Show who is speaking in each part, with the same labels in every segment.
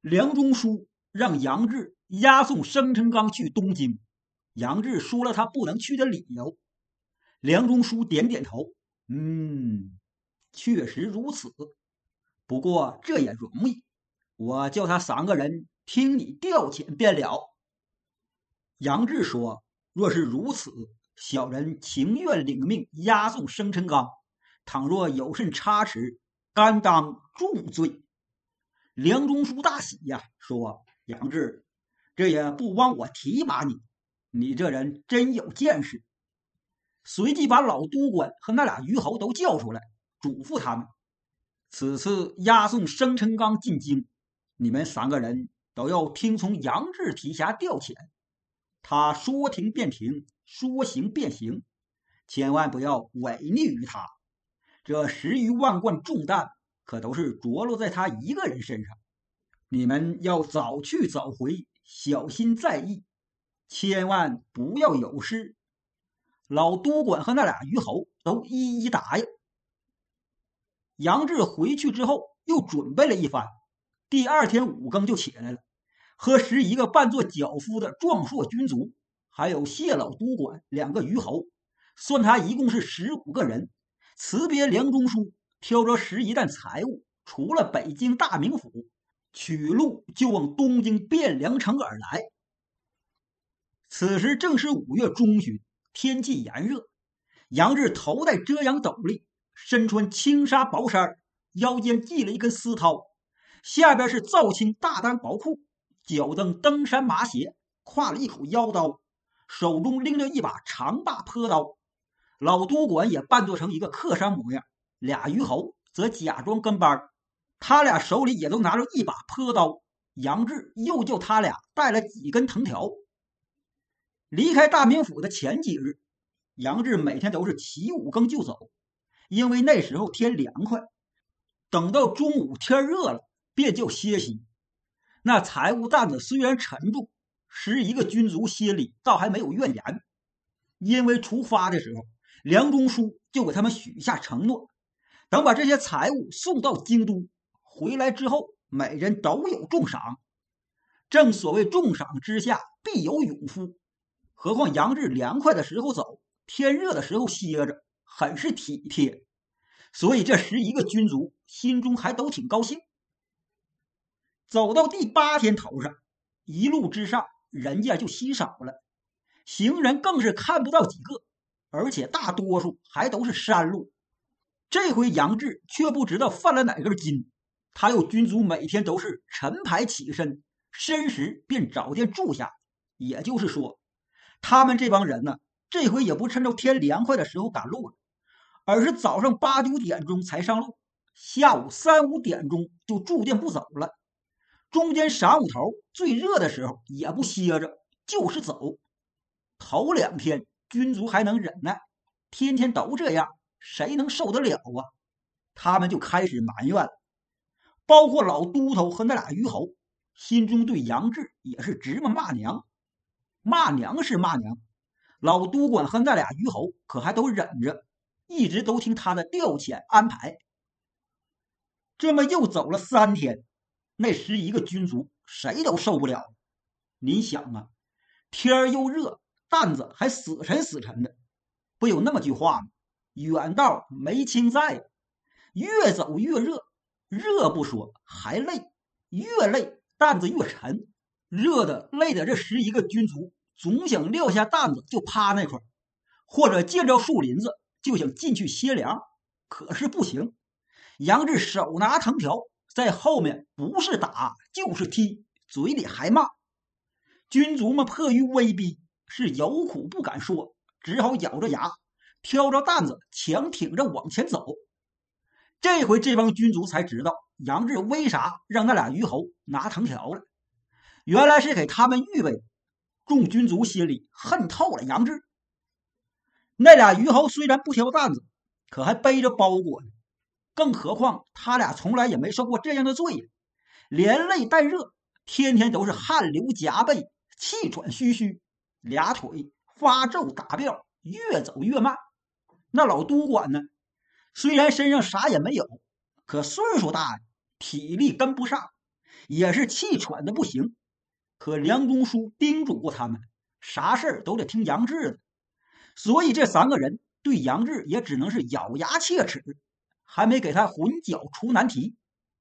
Speaker 1: 梁中书让杨志押送生辰纲去东京，杨志说了他不能去的理由。梁中书点点头，确实如此。不过这也容易，我叫他3个人听你调遣便了。杨志说：“若是如此，小人情愿领命押送生辰纲，倘若有甚差池，甘当重罪。”梁中书大喜呀，说：“杨志，这也不枉我提拔你，你这人真有见识。”随即把老督官和那俩虞侯都叫出来，嘱咐他们：此次押送生辰纲进京，你们3个人都要听从杨志提辖调遣。他说停便停，说行便行，千万不要违逆于他。这10余万贯重担可都是着落在他一个人身上，你们要早去早回，小心在意，千万不要有失。老督管和那俩虞侯都一一答应。杨志回去之后又准备了一番，第2天5更就起来了，和11个扮作脚夫的壮硕军卒，还有谢老督管2个虞侯，算他一共是15个人，辞别梁中书，挑着11担财物，出了北京大名府，取路就往东京汴梁城而来。此时正是5月中旬，天气炎热，杨志头戴遮阳斗笠，身穿轻纱薄衫，腰间系了一根丝绦，下边是皂青大裆薄裤，脚蹬登山麻鞋，挎了一口腰刀，手中拎着一把长把坡刀。老督管也扮作成一个客商模样，俩虞侯则假装跟班，他俩手里也都拿着一把坡刀。杨志又叫他俩带了几根藤条。离开大名府的前几日，杨志每天都是起5更就走，因为那时候天凉快，等到中午天热了便就歇息。那财务担子虽然沉重，11个军卒心里倒还没有怨言，因为出发的时候梁中书就给他们许下承诺，等把这些财物送到京都，回来之后每人都有重赏。正所谓重赏之下必有勇夫，何况杨志凉快的时候走，天热的时候歇着，很是体贴，所以这11个军卒心中还都挺高兴。走到第8天头上，一路之上人家就稀少了，行人更是看不到几个，而且大多数还都是山路。这回杨志却不知道犯了哪根筋，他有军卒每天都是晨牌起身，申时便找店住下，也就是说他们这帮人呢，这回也不趁着天凉快的时候赶路了，而是早上8、9点钟才上路，下午3、5点钟就住店不走了。中间晌午头最热的时候也不歇着，就是走。头2天军卒还能忍耐，天天都这样，谁能受得了啊？他们就开始埋怨了，包括老都头和那俩虞侯，心中对杨志也是直骂娘。骂娘是骂娘，老督管和那俩虞侯可还都忍着，一直都听他的调遣安排。这么又走了3天，那11个军卒谁都受不了。你想啊，天又热，担子还死沉死沉的，不有那么句话吗？远道没亲在，越走越热，热不说还累，越累担子越沉，热的累的这11个军卒总想撂下担子就趴那块，或者见着树林子就想进去歇凉，可是不行。杨志手拿藤条在后面不是打就是踢，嘴里还骂。军卒们迫于威逼，是有苦不敢说，只好咬着牙挑着担子强挺着往前走。这回这帮军卒才知道杨志为啥让那俩虞侯拿藤条了，原来是给他们预备的。众军卒心里恨透了杨志。那俩虞侯虽然不挑担子，可还背着包裹呢，更何况他俩从来也没受过这样的罪，连累带热，天天都是汗流浃背，气喘吁吁，俩腿发皱打吊，越走越慢。那老督管呢，虽然身上啥也没有，可岁数大呀，体力跟不上， 也是气喘的不行。可梁中书叮嘱过他们，啥事儿都得听杨志的，所以这3个人对杨志也只能是咬牙切齿，还没给他混淆出难题。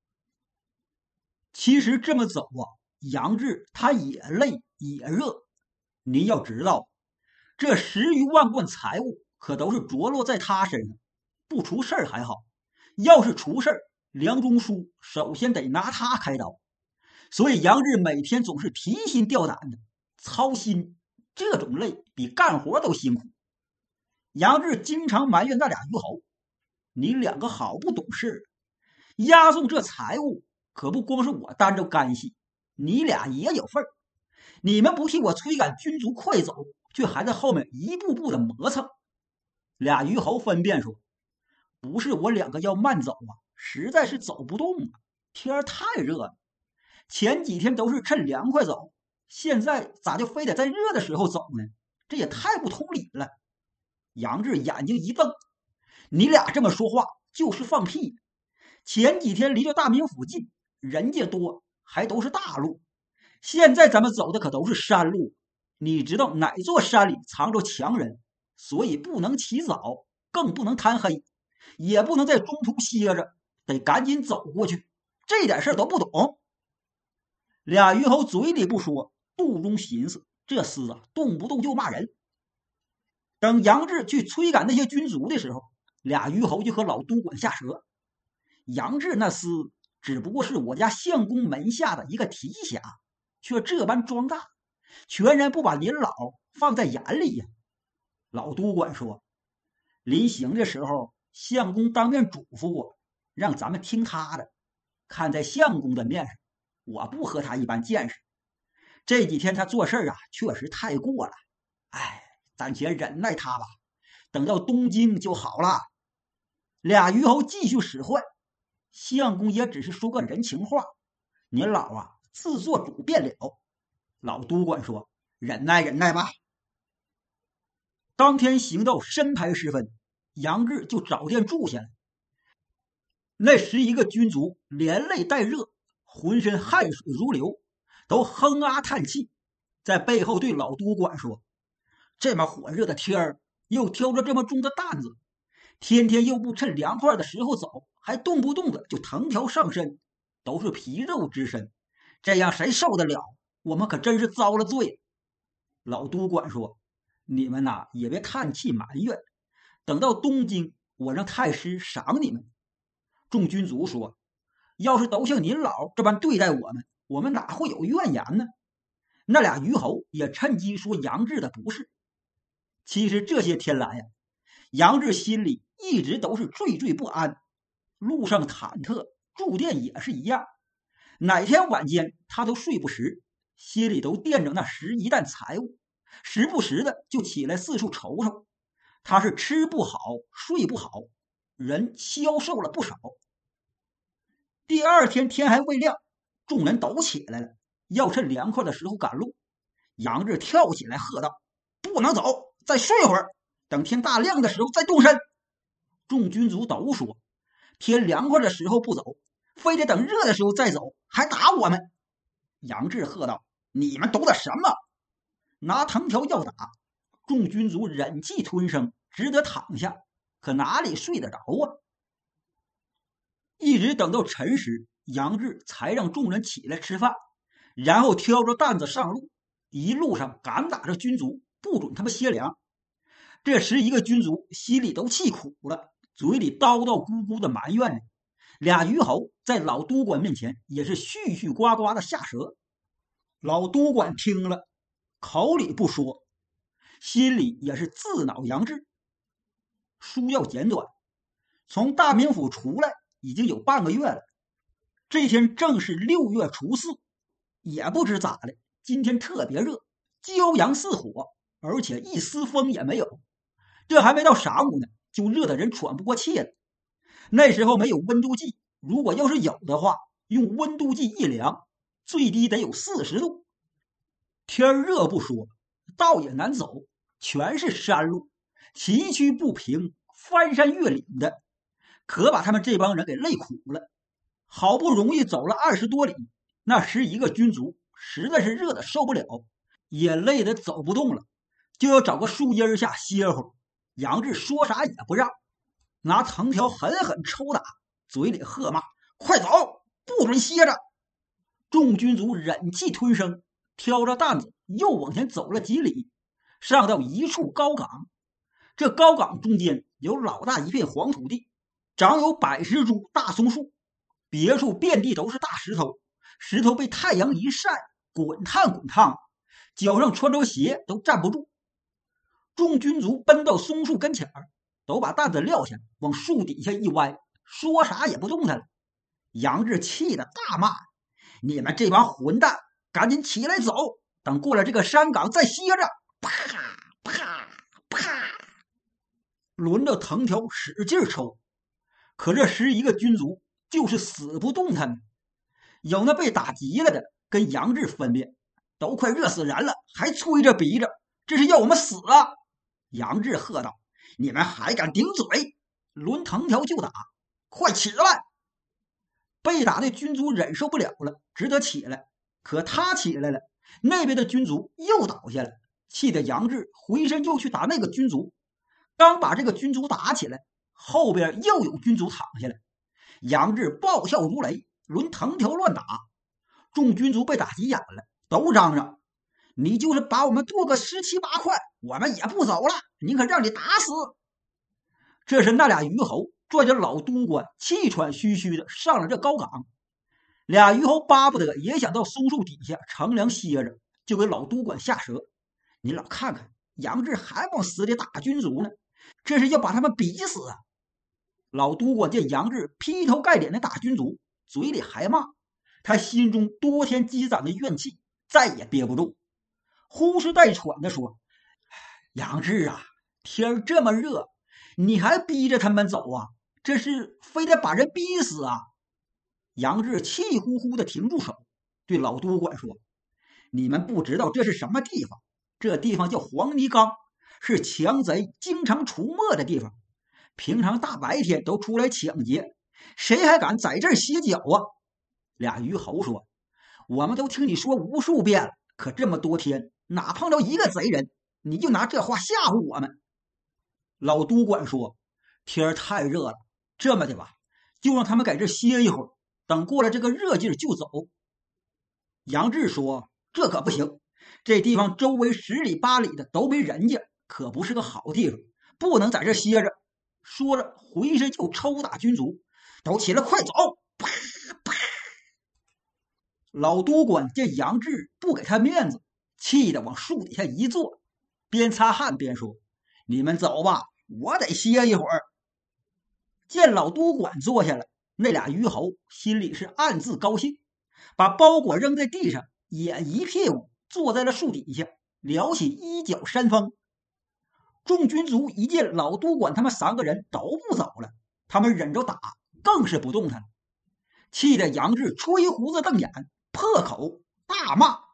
Speaker 1: 其实这么走啊，杨志他也累也热。您要知道，这10余万贯财物可都是着落在他身上，不出事儿还好，要是出事儿，梁中书首先得拿他开刀。所以杨志每天总是提心吊胆的操心，这种累比干活都辛苦。杨志经常埋怨那俩虞侯，你2个好不懂事，押送这财物可不光是我担着干系，你俩也有份儿。你们不替我催赶军卒快走，却还在后面一步步的磨蹭。俩虞侯分辨说，不是我2个要慢走啊，实在是走不动啊，天太热了。前几天都是趁凉快走，现在咋就非得在热的时候走呢？这也太不通理了。杨志眼睛一瞪，你俩这么说话就是放屁。前几天离着大名府近，人家多，还都是大路，现在咱们走的可都是山路。你知道哪座山里藏着强人，所以不能起早，更不能贪黑，也不能在中途歇着，得赶紧走过去。这点事儿都不懂。俩虞侯嘴里不说，肚中寻思，这厮啊动不动就骂人。等杨志去催赶那些军卒的时候，俩虞侯就和老都管下舌，杨志那厮只不过是我家相公门下的一个提辖，却这般装大，全然不把您老放在眼里呀。老都管说，临行的时候相公当面嘱咐过，让咱们听他的，看在相公的面上，我不和他一般见识。这几天他做事啊确实太过了，哎，暂且忍耐他吧，等到东京就好了。俩虞侯继续使唤，相公也只是说个人情话，您老啊自做主便了。老都管说，忍耐忍耐吧。当天行到申牌时分，杨志就找店住下来。那11个军卒连累带热，浑身汗水如流，都哼啊叹气，在背后对老都管说，这么火热的天儿，又挑着这么重的担子，天天又不趁凉快的时候走，还动不动的就藤条上身，都是皮肉之身，这样谁受得了？我们可真是遭了罪。老都管说，你们呐也别叹气埋怨，等到东京，我让太师赏你们。众军卒说，要是都像您老这般对待我们，我们哪会有怨言呢？那俩虞侯也趁机说杨志的不是。其实这些天来呀，杨志心里一直都是惴惴不安，路上忐忑，住店也是一样。哪天晚间他都睡不实，心里都惦着那11担财物，时不时的就起来四处瞅瞅。他是吃不好睡不好，人消瘦了不少。第2天天还未亮，众人都起来了，要趁凉快的时候赶路。杨志跳起来喝道，不能走，再睡会儿，等天大亮的时候再动身。众军卒都说，天凉快的时候不走，非得等热的时候再走，还打我们。杨志喝道，你们懂得什么？拿藤条要打。众军卒忍气吞声，只得躺下，可哪里睡得着啊？一直等到辰时，杨志才让众人起来吃饭，然后挑着担子上路，一路上赶打着军卒，不准他们歇粮。这11个军卒心里都气苦了，嘴里叨叨咕咕的埋怨着。俩虞侯在老都管面前也是絮絮呱呱的下舌。老都管听了，口里不说，心里也是自恼杨志。书要简短，从大名府出来已经有半个月了。这天正是6月初4，也不知咋的，今天特别热，骄阳似火，而且一丝风也没有。这还没到晌午呢，就热得人喘不过气了。那时候没有温度计，如果要是有的话，用温度计一量，最低得有40度。天热不说，道也难走，全是山路，崎岖不平，翻山越岭的，可把他们这帮人给累苦了。好不容易走了20多里， 那11个军卒实在是热得受不了，也累得走不动了，就要找个树荫下歇会儿。杨志说啥也不让，拿藤条狠狠抽打，嘴里喝骂：“快走，不准歇着！”众军卒忍气吞声，挑着担子又往前走了几里，上到一处高岗。这高岗中间有老大一片黄土地，长有100株大松树，别处遍地都是大石头，石头被太阳一晒，滚烫滚烫，脚上穿着鞋都站不住。众军卒奔到松树跟前，都把担子撂下，往树底下一歪，说啥也不动弹了。杨志气得大骂：“你们这帮混蛋，赶紧起来走，等过了这个山岗再歇着！”啪啪啪，轮着藤条使劲抽，可这11个军卒就是死不动弹。有那被打急了的跟杨志分辨：“都快热死人了，还吹着逼着，这是要我们死啊！”杨志喝道：“你们还敢顶嘴，抡藤条就打，快起来！”被打的军卒忍受不了了，只得起来。可他起来了，那边的军卒又倒下了，气得杨志回身又去打那个军卒。刚把这个军卒打起来，后边又有军卒躺下来。杨志暴跳如雷，抡藤条乱打。众军卒被打急眼了，都嚷嚷：“你就是把我们剁个17、8块，我们也不走了，宁可让你打死！”这时那俩虞侯拽着老都官，气喘吁吁的上了这高岗。俩虞侯巴不得也想到松树底下乘凉歇着，就给老都管下舌：“你老看看，杨志还往死里打军卒呢，这是要把他们逼死啊！”老都管见杨志劈头盖脸的打军卒，嘴里还骂，他心中多天积攒的怨气再也憋不住，呼哧带喘的说：“杨志啊，天这么热，你还逼着他们走啊？这是非得把人逼死啊！”杨志气呼呼的停住手，对老都管说：“你们不知道这是什么地方，这地方叫黄泥岗，是强贼经常出没的地方，平常大白天都出来抢劫，谁还敢在这儿歇脚啊？”俩虞侯说：“我们都听你说无数遍了，可这么多天哪碰到一个贼人，你就拿这话吓唬我们。”老都管说：“天太热了，这么的吧，就让他们在这歇一会儿，等过了这个热劲就走。”杨志说：“这可不行，这地方周围10里8里的都没人家，可不是个好地方，不能在这歇着。”说着回身就抽打军卒：“都起来，快走！”啪啪。老都管见杨志不给他面子，气得往树底下一坐，边擦汗边说：“你们走吧，我得歇一会儿。”见老都管坐下了，那俩虞侯心里是暗自高兴，把包裹扔在地上，也一屁股坐在了树底下，聊起一角山风。众军卒一见老都管他们3个人都不走了，他们忍着打，更是不动弹了，气得杨志吹胡子瞪眼，破口大骂：“